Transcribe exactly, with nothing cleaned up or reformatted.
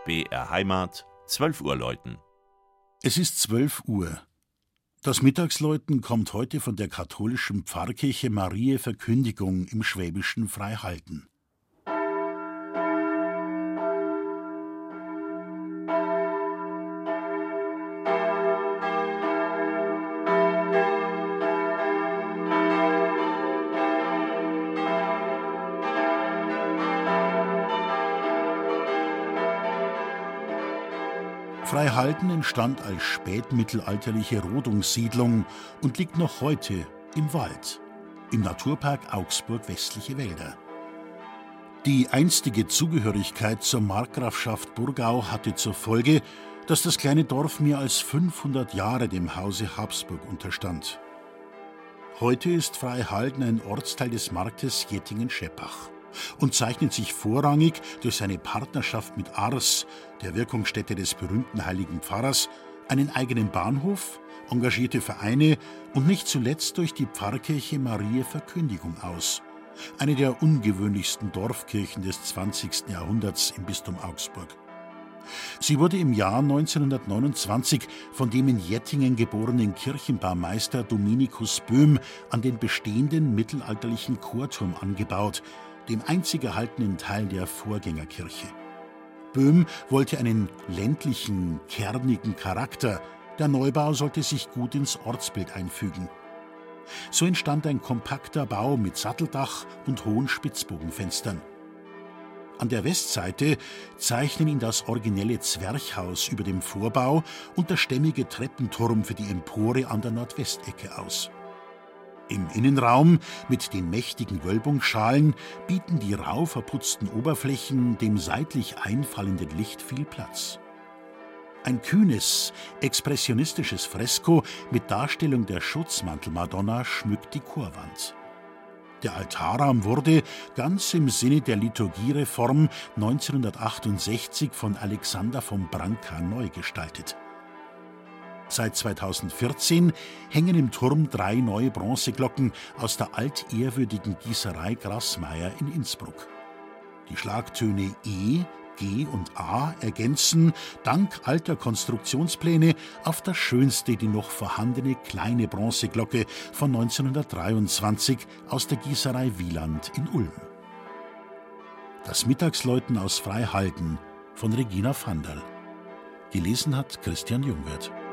B R Heimat, zwölf Uhr läuten. Es ist zwölf Uhr. Das Mittagsläuten kommt heute von der katholischen Pfarrkirche Mariä Verkündigung im schwäbischen Freihalten. Freihalten entstand als spätmittelalterliche Rodungssiedlung und liegt noch heute im Wald, im Naturpark Augsburg Westliche Wälder. Die einstige Zugehörigkeit zur Markgrafschaft Burgau hatte zur Folge, dass das kleine Dorf mehr als fünfhundert Jahre dem Hause Habsburg unterstand. Heute ist Freihalten ein Ortsteil des Marktes Jettingen-Scheppach und zeichnet sich vorrangig durch seine Partnerschaft mit Ars, der Wirkungsstätte des berühmten heiligen Pfarrers, einen eigenen Bahnhof, engagierte Vereine und nicht zuletzt durch die Pfarrkirche Mariä Verkündigung aus, eine der ungewöhnlichsten Dorfkirchen des zwanzigsten Jahrhunderts im Bistum Augsburg. Sie wurde im Jahr neunzehnhundertneunundzwanzig von dem in Jettingen geborenen Kirchenbaumeister Dominikus Böhm an den bestehenden mittelalterlichen Chorturm angebaut, dem einzig erhaltenen Teil der Vorgängerkirche. Böhm wollte einen ländlichen, kernigen Charakter. Der Neubau sollte sich gut ins Ortsbild einfügen. So entstand ein kompakter Bau mit Satteldach und hohen Spitzbogenfenstern. An der Westseite zeichnen ihn das originelle Zwerchhaus über dem Vorbau und der stämmige Treppenturm für die Empore an der Nordwestecke aus. Im Innenraum mit den mächtigen Wölbungsschalen bieten die rau verputzten Oberflächen dem seitlich einfallenden Licht viel Platz. Ein kühnes, expressionistisches Fresko mit Darstellung der Schutzmantelmadonna schmückt die Chorwand. Der Altarraum wurde, ganz im Sinne der Liturgiereform, neunzehnhundertachtundsechzig von Alexander von Branca neu gestaltet. Seit zweitausendvierzehn hängen im Turm drei neue Bronzeglocken aus der altehrwürdigen Gießerei Grassmeier in Innsbruck. Die Schlagtöne E, G und A ergänzen, dank alter Konstruktionspläne, auf das schönste die noch vorhandene kleine Bronzeglocke von neunzehnhundertdreiundzwanzig aus der Gießerei Wieland in Ulm. Das Mittagsläuten aus Freihalten von Regina Vandal. Gelesen hat Christian Jungwirth.